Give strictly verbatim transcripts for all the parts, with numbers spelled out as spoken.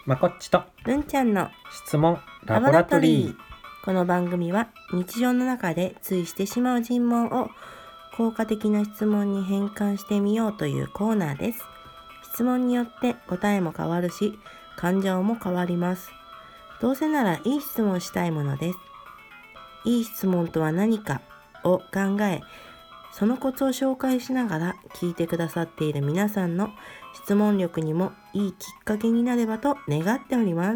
まこっちと文ちゃんの質問ラボラトリー。 この番組は日常の中でついしてしまう尋問を効果的な質問に変換してみようというコーナーです。質問によって答えも変わるし、感情も変わります。どうせならいい質問したいものです。いい質問とは何かを考え、そのコツを紹介しながら聞いてくださっている皆さんの質問力にもいいきっかけになればと願っております。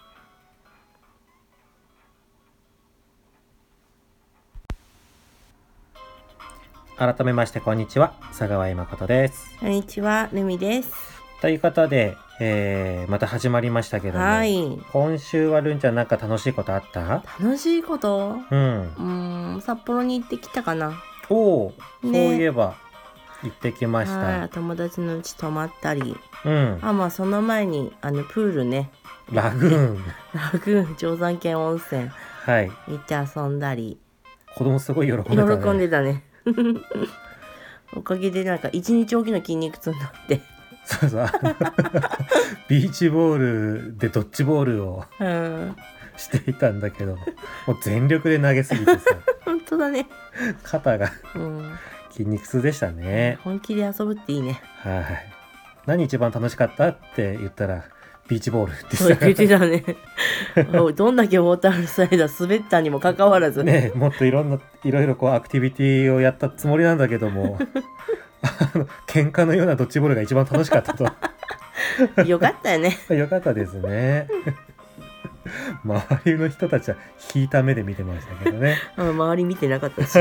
改めましてこんにちは、佐川井誠です。 こんにちは、ルミです。 ということで、えー、また始まりましたけども、 はい。 今週はるんちゃんなんか楽しいことあった？ 楽しいことうん。 うーん、札幌に行ってきたかな。 おー、そうねいえば行ってきましはい、 た。 友達の家泊まったり、 うん。 あ、まあその前にあのプールね、 ラグーン。 ラグーン定山渓温泉はい。 行って遊んだり、 子供すごい喜んでたね。 喜んでたね。おかげでなんか一日おきの筋肉痛になって、 そうそう。ビーチボールでドッジボールをうん、 していたんだけど、もう全力で投げすぎてさ、 本当だね。 肩がうん、 筋肉痛でしたね。 本気で遊ぶっていいね。 はい。何一番楽しかったって言ったらビーチボールってそう言ってたたね。おいどんだけウォータースライダー滑ったにもかかわらず、 ね。もっといろんないろいろこうアクティビティをやったつもりなんだけども、あの喧嘩のようなドッジボールが一番楽しかったと。 よかったよね。 よかったですね。周りの人たちは引いた目で見てましたけどね。 うん周り見てなかったし。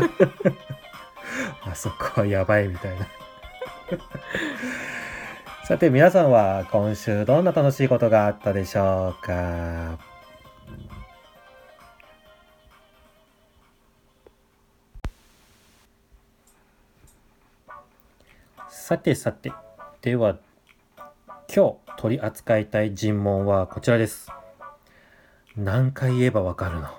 あそこはやばいみたいな。さて皆さんは今週どんな楽しいことがあったでしょうか？さてさて、では今日取り扱いたい尋問はこちらです。何回言えばわかるの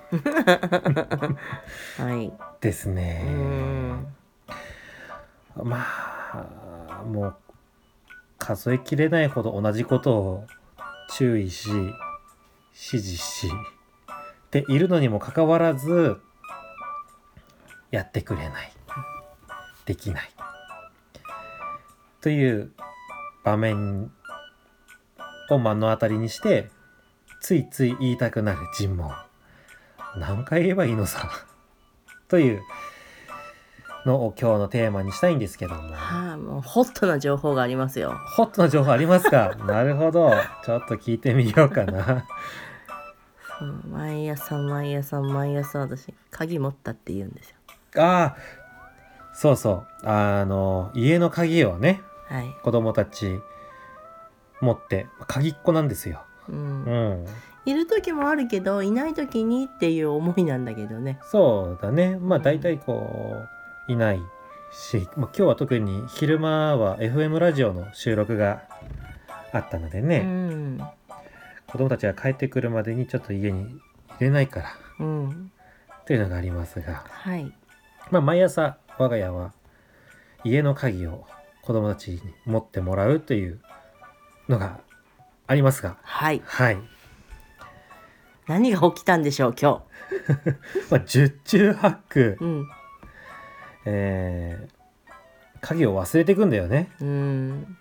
はいですうね。 んまあもう数えきれないほど同じことを注意し指示しているのにもかかわらずやってくれない、できないという場面を目の当たりにしてついつい言いたくなる尋問。何回言えばいいのさというのを今日のテーマにしたいんですけども、 はあ、もうホットな情報がありますよ。 ホットな情報ありますか？なるほど、ちょっと聞いてみようかな。 そう毎朝毎朝毎朝私鍵持ったって言うんですよ。 ああ、そうそう、あの家の鍵をね、 はい。 子供たち持って鍵っ子なんですよ。 う。 うんん、 いる時もあるけどいない時にっていう思いなんだけどね。 そうだね。まあ大体こういないし、まあ、今日は特に昼間は エフエム ラジオの収録があったのでうね、 ん。 子供たちが帰ってくるまでにちょっと家に入れないからうん。 というのがありますが、 はい。 まあ毎朝我が家は家の鍵を子供たちに持ってもらうというのがありますが、 はい。 はい。 何が起きたんでしょう今まあ十中八九、 日。うん。 えー、鍵を忘れていくんだよね。 うん。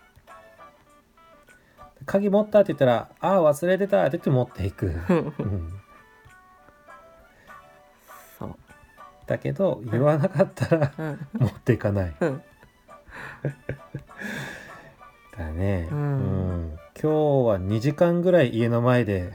鍵持ったって言ったら、ああ忘れてたって言って持っていく。うん、 そう。 だけど言わなかったらうん。 持っていかない。 うん。 だね、 うんうん。今日はにじかんぐらい家の前で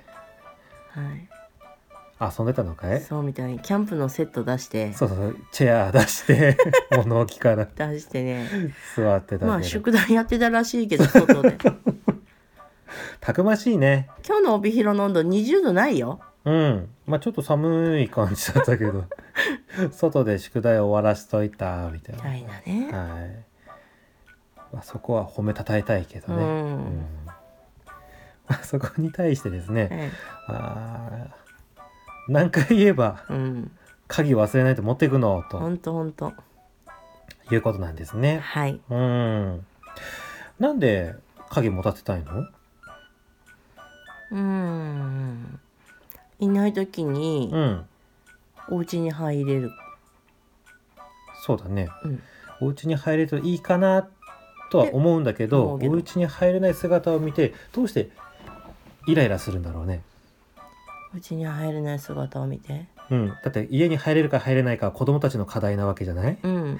はい。 遊んでたのかい？ そうみたいにキャンプのセット出してそそうそう、チェア出して物置から出してね。 座ってたけど、 まあ宿題やってたらしいけど外で。 たくましいね。 今日の帯広の温度にじゅうどないよ。 うん。まあちょっと寒い感じだったけど外で宿題終わらしといたみたいな。 みたいなね。 はい。まあ、そこは褒めたたえたいけどね。 うんうんまあ、そこに対してですね、 はいあ何回言えばうん。 鍵忘れないと持っていくのほとんとほんと。 いうことなんですね。 はい。 うん。なんで鍵持たせたいの？ うーんいない時にうんお家に入れる、 そうだね、 うん、 お家に入れるといいかなとは思うんだけど、 思うけどお家に入れない姿を見てどうしてイライラするんだろうね。 お家に入れない姿を見て、 うん、だって家に入れるか入れないかは子供たちの課題なわけじゃない。 うん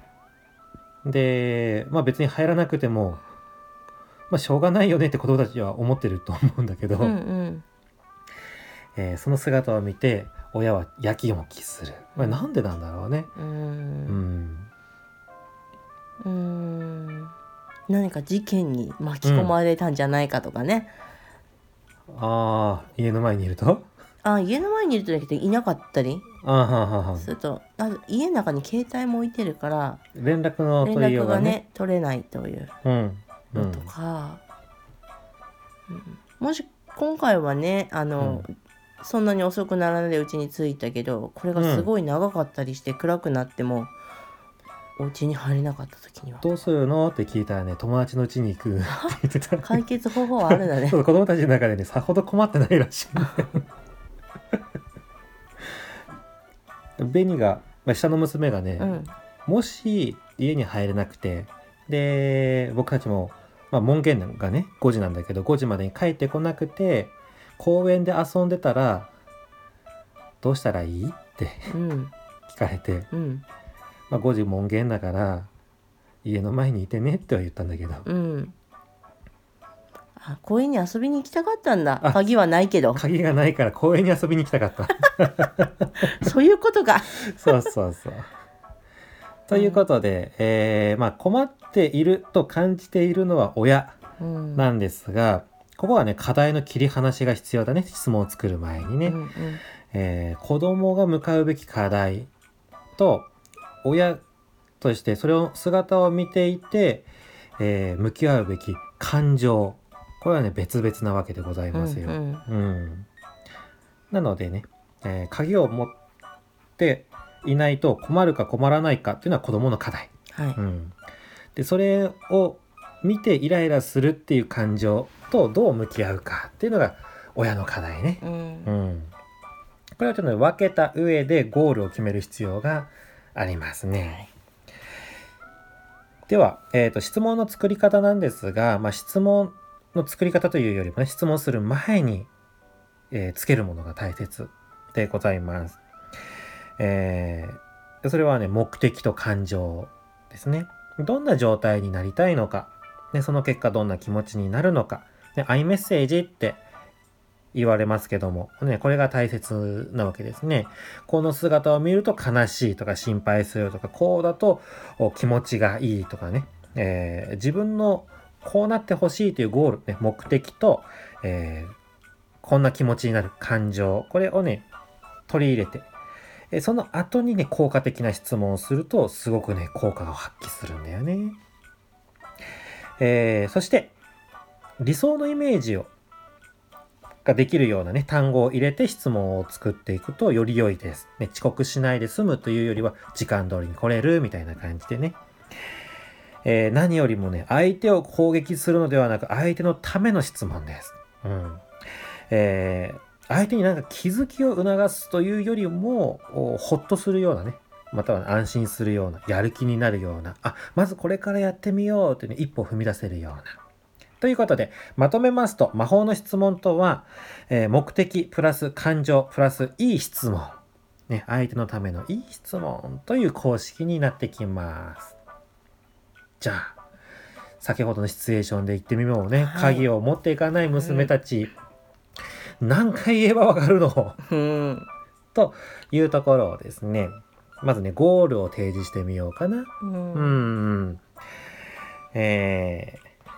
でまあ別に入らなくてもまあしょうがないよねって子供たちは思ってると思うんだけど、 うんうんえーその姿を見て親はやきもきする。まあ、なんでなんだろうね。 うーうんんうーん何か事件に巻き込まれたんじゃないかとかね、 ああ家の前にいるとあ家の前にいるとだけどいなかったりあーはんはんはんすると、あ家の中に携帯も置いてるから連絡の連取りよ絡がねうがね取れないといううんうのんとか、うんもし今回はねあの、そんなに遅くならないうちに着いたけどこれがすごい長かったりして暗くなっても、お家に入れなかった時にはどうするのって聞いたらね友達の家に行くって言ってた解決方法はあるんだねそう子供たちの中でねさほど困ってないらしいベニが、まあ、下の娘がね、 うんもし家に入れなくてで僕たちも、まあ、門限がねごじなんだけどごじまでに帰ってこなくて公園で遊んでたらどうしたらいいってうん聞かれて、 うんまあ、ごじ門限だから家の前にいてねっては言ったんだけど、 うんあ公園に遊びに行きたかったんだ。 あ鍵はないけど鍵がないから公園に遊びに行きたかったそういうことかそうそうそうということで、えーまあ、困っていると感じているのは親うんなんですが、ここはね課題の切り離しが必要だね。質問を作る前にね、 うんうんえー子供が向かうべき課題と親としてそれを姿を見ていて、えー向き合うべき感情、これはね別々なわけでございますよ。 うんうんなのでね、えー鍵を持っていないと困るか困らないかっていうのは子供の課題。 はい、 うん、でそれを見てイライラするっていう感情とどう向き合うかっていうのが親の課題ね。 うんうん、これをちょっと、ね、分けた上でゴールを決める必要がありますね。では、えーと、質問の作り方なんですが、まあ、質問の作り方というよりもね、質問する前に、えーつけるものが大切でございます。えーそれはね、目的と感情ですね。どんな状態になりたいのか、ね、その結果どんな気持ちになるのか、ね、アイメッセージって言われますけども、ね、これが大切なわけですね。この姿を見ると悲しいとか心配するとか、こうだと気持ちがいいとかね、えー自分のこうなってほしいというゴール、ね、目的と、えーこんな気持ちになる感情、これをね、取り入れて、えその後にね、効果的な質問をすると、すごくね、効果を発揮するんだよね。えーそして、理想のイメージをができるようなね、単語を入れて質問を作っていくとより良いです。ね、遅刻しないで済むというよりは、時間通りに来れるみたいな感じでね。えー何よりもね、相手を攻撃するのではなく、相手のための質問です。うん。えー相手になんか気づきを促すというよりも、おほっとするようなね、または安心するような、やる気になるような、あ、まずこれからやってみようってね、一歩踏み出せるような。ということで、まとめますと、魔法の質問とは、えー目的プラス感情プラスいい質問。ね、相手のためのいい質問という公式になってきます。じゃあ、先ほどのシチュエーションで言ってみようね。 はい鍵を持っていかない娘たち、何回言えばわかるのうんというところをですね、まずね、ゴールを提示してみようかな。 うんうんうん。えー、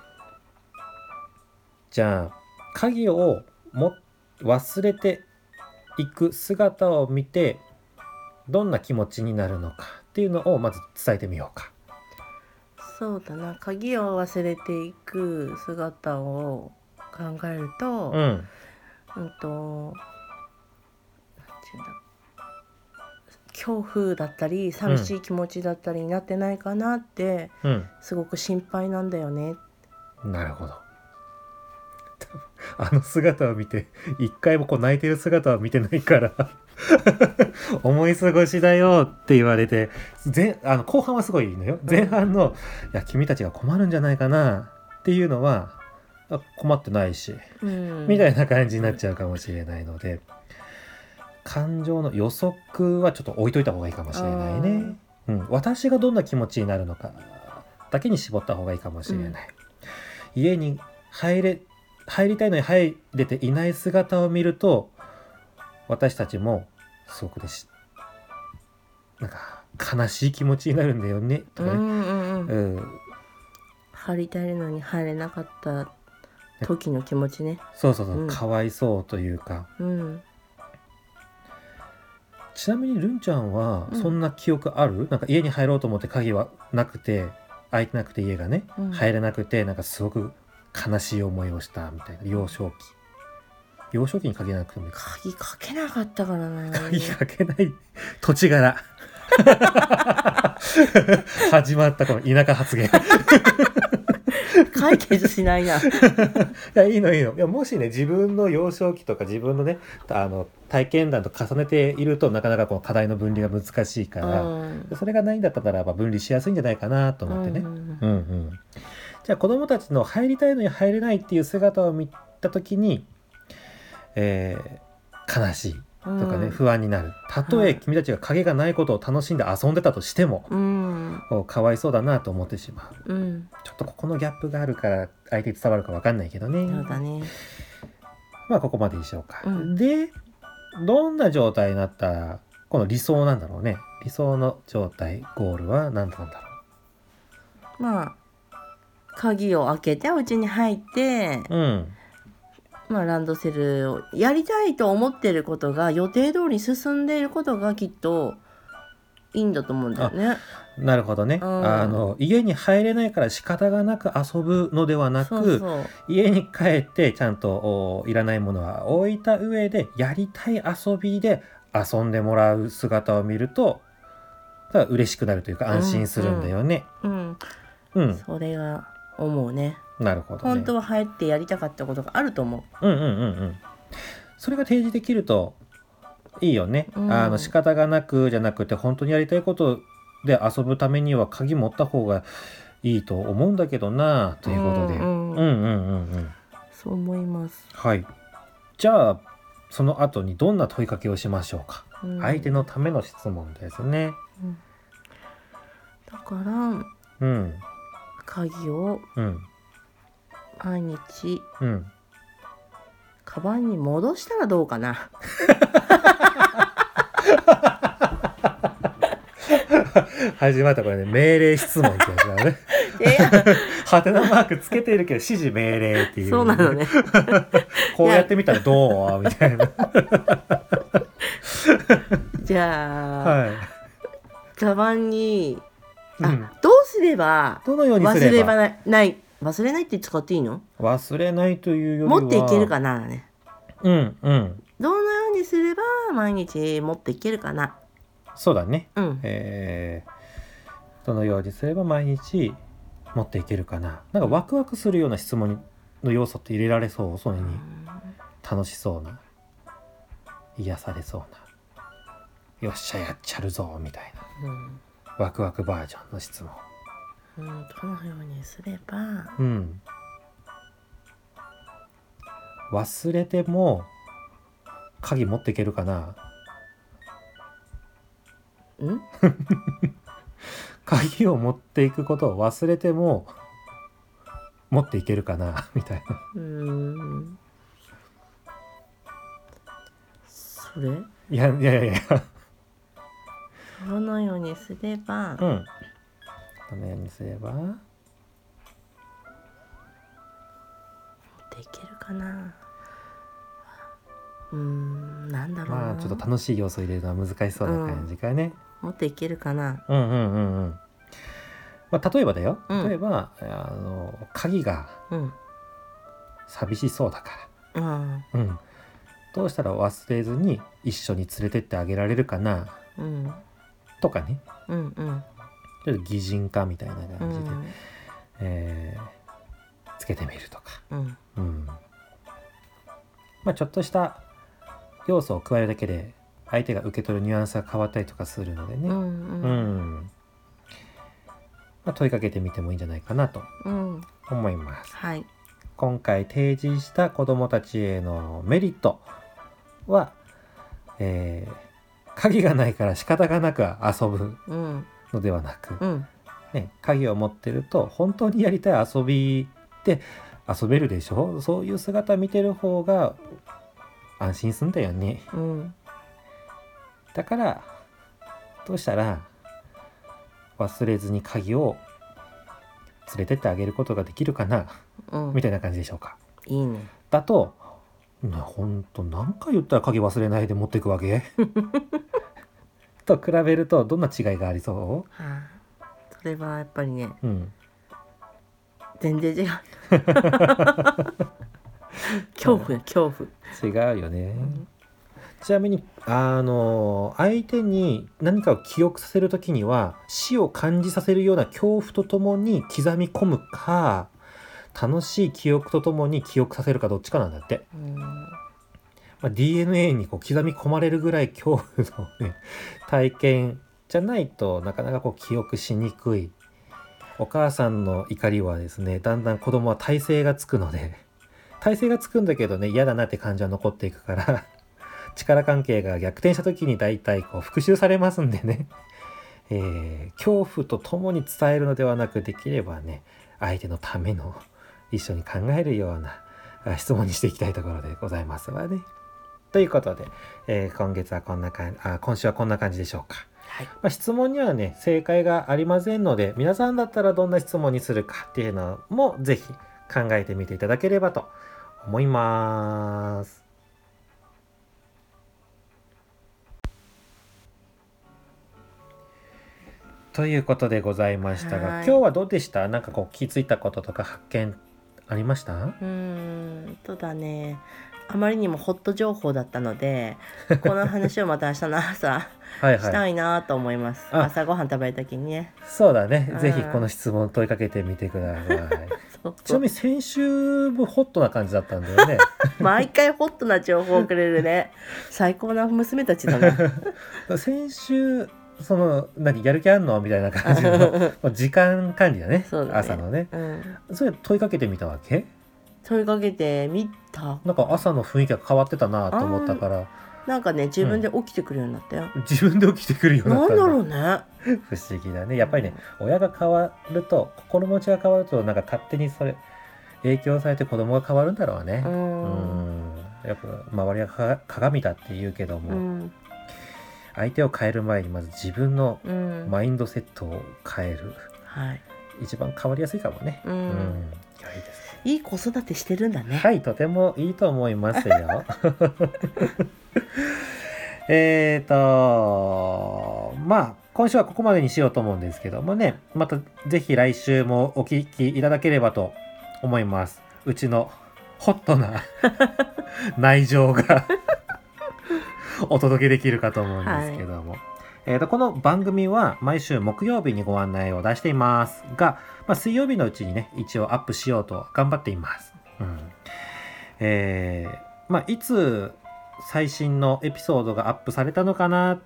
じゃあ、鍵をも忘れていく姿を見て、どんな気持ちになるのかっていうのをまず伝えてみようか。 そうだな、鍵を忘れていく姿を考えると、 うん。 うんと、なんていうんだ、恐怖だったり寂しい気持ちだったりになってないかなってうん。 すごく心配なんだよね。 なるほど。 あの姿を見て一回もこう泣いてる姿は見てないから思い過ごしだよって言われて、前あの後半はすごいいいのよ。前半のいや君たちが困るんじゃないかなっていうのは困ってないし、 うん、 みたいな感じになっちゃうかもしれないので、感情の予測はちょっと置いといた方がいいかもしれないね。うん、私がどんな気持ちになるのかだけに絞った方がいいかもしれない。うん、家に入れ入りたいのに入れていない姿を見ると、私たちもすごくですなんか悲しい気持ちになるんだよねとかね。うんうんうん、 入りたいのに入れなかった時の気持ちね。 そうそうそう、うん、かわいそうというか。うん、ちなみにるんちゃんはそんな記憶ある？うん、なんか家に入ろうと思って鍵はなくて開いてなくて家がね、うん、入れなくてなんかすごく悲しい思いをしたみたいな。幼少期幼少期に鍵なくてもいい。 鍵かけなかったからな。 鍵かけない土地柄始まったこの田舎発言解決しないないやいいのいいの。いやもしね自分の幼少期とか自分のねあの体験談と重ねているとなかなかこの課題の分離が難しいから、うん、それがないんだったらば分離しやすいんじゃないかなと思ってね、うんうんうん、じゃあ子どもたちの入りたいのに入れないっていう姿を見た時に、えー、悲しいとかね、うん、不安になる。たとえ君たちが影がないことを楽しんで遊んでたとしても、うん、かわいそうだなと思ってしまう、うん、ちょっとここのギャップがあるから相手に伝わるか分かんないけどね。 そうだね。 まあここまででしょうか、うん、でどんな状態になったらこの理想なんだろうね。理想の状態ゴールは何なんだろう。まあ鍵を開けてお家に入って、うんまあ、ランドセルをやりたいと思ってることが予定通り進んでいることがきっといいんだと思うんだよね。 なるほどね、うん、あの家に入れないから仕方がなく遊ぶのではなく、そうそう家に帰ってちゃんといらないものは置いた上でやりたい遊びで遊んでもらう姿を見ると嬉しくなるというか安心するんだよね。うん、うんうん、それが思うね。 なるほどね。 本当は入ってやりたかったことがあると思う。うんうんうんうん。それが提示できるといいよね。うん、あの仕方がなくじゃなくて本当にやりたいことで遊ぶためには鍵持った方がいいと思うんだけどなということで。うんうんうんうん。 そう思います。 はい。じゃあその後にどんな問いかけをしましょうか。うん、相手のための質問ですね。うん、 だから、うん、鍵を、うん毎日、うん、カバンに戻したらどうかな始まったこれね命令質問ってやつだねハテナマークつけてるけど指示命令っていう、ね、 そうなのねこうやってみたらどうみたいなじゃあ、はい、カバンにあ、うん、どうすればどのようにすれば忘ればない忘れないって使っていいの？ 忘れないというよりは持っていけるかなね。 うんうん。 どのようにすれば毎日持っていけるかな。 そうだね。うん。えー、どのようにすれば毎日持っていけるかな。なんかワクワクするような質問の要素って入れられそう。それに楽しそうな、癒されそうな、よっしゃやっちゃるぞみたいな、うん、ワクワクバージョンの質問。 うん、どのようにすれば、 うん、忘れても鍵持っていけるかな。ん鍵を持っていくことを忘れても持っていけるかなみたいな。うーんそれいやいやいやいやどのようにすれば、 うんどのようにすれば持っていけるかな。うーんなんだろうな。 まあちょっと楽しい要素入れるのは難しそうな感じかね、 うん、持っていけるかな。 うんうんうんうん。まあ例えばだよ、例えば、うん、あの鍵が寂しそうだから、うんうん、どうしたら忘れずに一緒に連れてってあげられるかな、うん、とかね、うんうんちょっと擬人化みたいな感じで、うんえー、つけてみるとか、うんうん、 まあ、ちょっとした要素を加えるだけで相手が受け取るニュアンスが変わったりとかするのでね、 うんううんんまあ、問いかけてみてもいいんじゃないかなとうん思います。 はい今回提示した子どもたちへのメリットは、えー鍵がないから仕方がなく遊ぶうんのではなく、 うんね、鍵を持ってると本当にやりたい遊びで遊べるでしょ。そういう姿見てる方が安心すんだよね。 うんだからどうしたら忘れずに鍵を連れてってあげることができるかな、 うんみたいな感じでしょうか。 いいねだとね、ほんと何回言ったら鍵忘れないで持っていくわけと比べるとどんな違いがありそはあそれはやっぱりねう？うん全然違う恐怖や恐怖違うよね。ちなみにあの相手に何かを記憶させるときには死を感じさせるような恐怖とともに刻み込むか、楽しい記憶とともに記憶させるかどっちかなんだって。 うんまあ、ディーエヌエー にこう刻み込まれるぐらい恐怖の、ね、体験じゃないとなかなかこう記憶しにくい。お母さんの怒りはですね、だんだん子供は耐性がつくので、耐性がつくんだけどね、嫌だなって感情は残っていくから力関係が逆転した時に大体こう復習されますんでね、えー、恐怖とともに伝えるのではなく、できればね相手のための一緒に考えるようなあ質問にしていきたいところでございますわね。ということで、えー今月はこんな感じ、あ、今週はこんな感じでしょうか。 はいまあ、質問にはね正解がありませんので、皆さんだったらどんな質問にするかっていうのもぜひ考えてみていただければと思います。ということでございましたが、 はい今日はどうでした？なんかこう気づいたこととか発見ありました？ うーんそうだねあまりにもホット情報だったのでこの話をまた明日の朝はいしたはい。 いなと思います、 あ朝ごはん食べるときにねそうだね。 うんぜひこの質問問いかけてみてください。 そうちなみに先週もホットな感じだったんだよね。 毎回ホットな情報をくれるね最高な娘たちだな先週その何やる気あんのみたいな感じの時間管理だね。 そうだね朝のね。 うんそれ問いかけてみたわけ？ 問いかけてみたなんか朝の雰囲気が変わってたなと思ったから、 なんかね自分で起きてくるようになったよ、 自分で起きてくるようになったんだ。 なんだろうね不思議だね。やっぱりね、親が変わると、心持ちが変わると、なんか勝手にそれ影響されて子供が変わるんだろうね。 ううんん。やっぱ周りがか鏡だって言うけども、 うん相手を変える前にまず自分のうんマインドセットを変える。 はい一番変わりやすいかもね。 ううん。 んいやいいですね。 いい子育てしてるんだねはい、とてもいいと思いますよ。えーと、まあ、今週はここまでにしようと思うんですけどもね、またぜひ来週もお聞きいただければと思います。うちのホットな内情がお届けできるかと思うんですけども。えーと、この番組は毎週木曜日にご案内を出していますが、まあ、水曜日のうちにね、一応アップしようと頑張っています。うんえーまあ、いつ最新のエピソードがアップされたのかなって、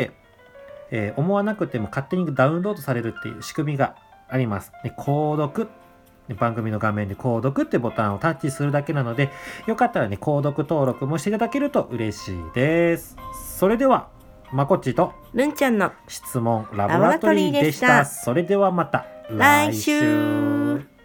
えー思わなくても勝手にダウンロードされるっていう仕組みがあります。で購読、番組の画面で購読ってボタンをタッチするだけなので、よかったらね、購読登録もしていただけると嬉しいです。それでは、まこっちとるんちゃんの質問ラボラトリーでした。 ラボラトリーでしたそれではまた来週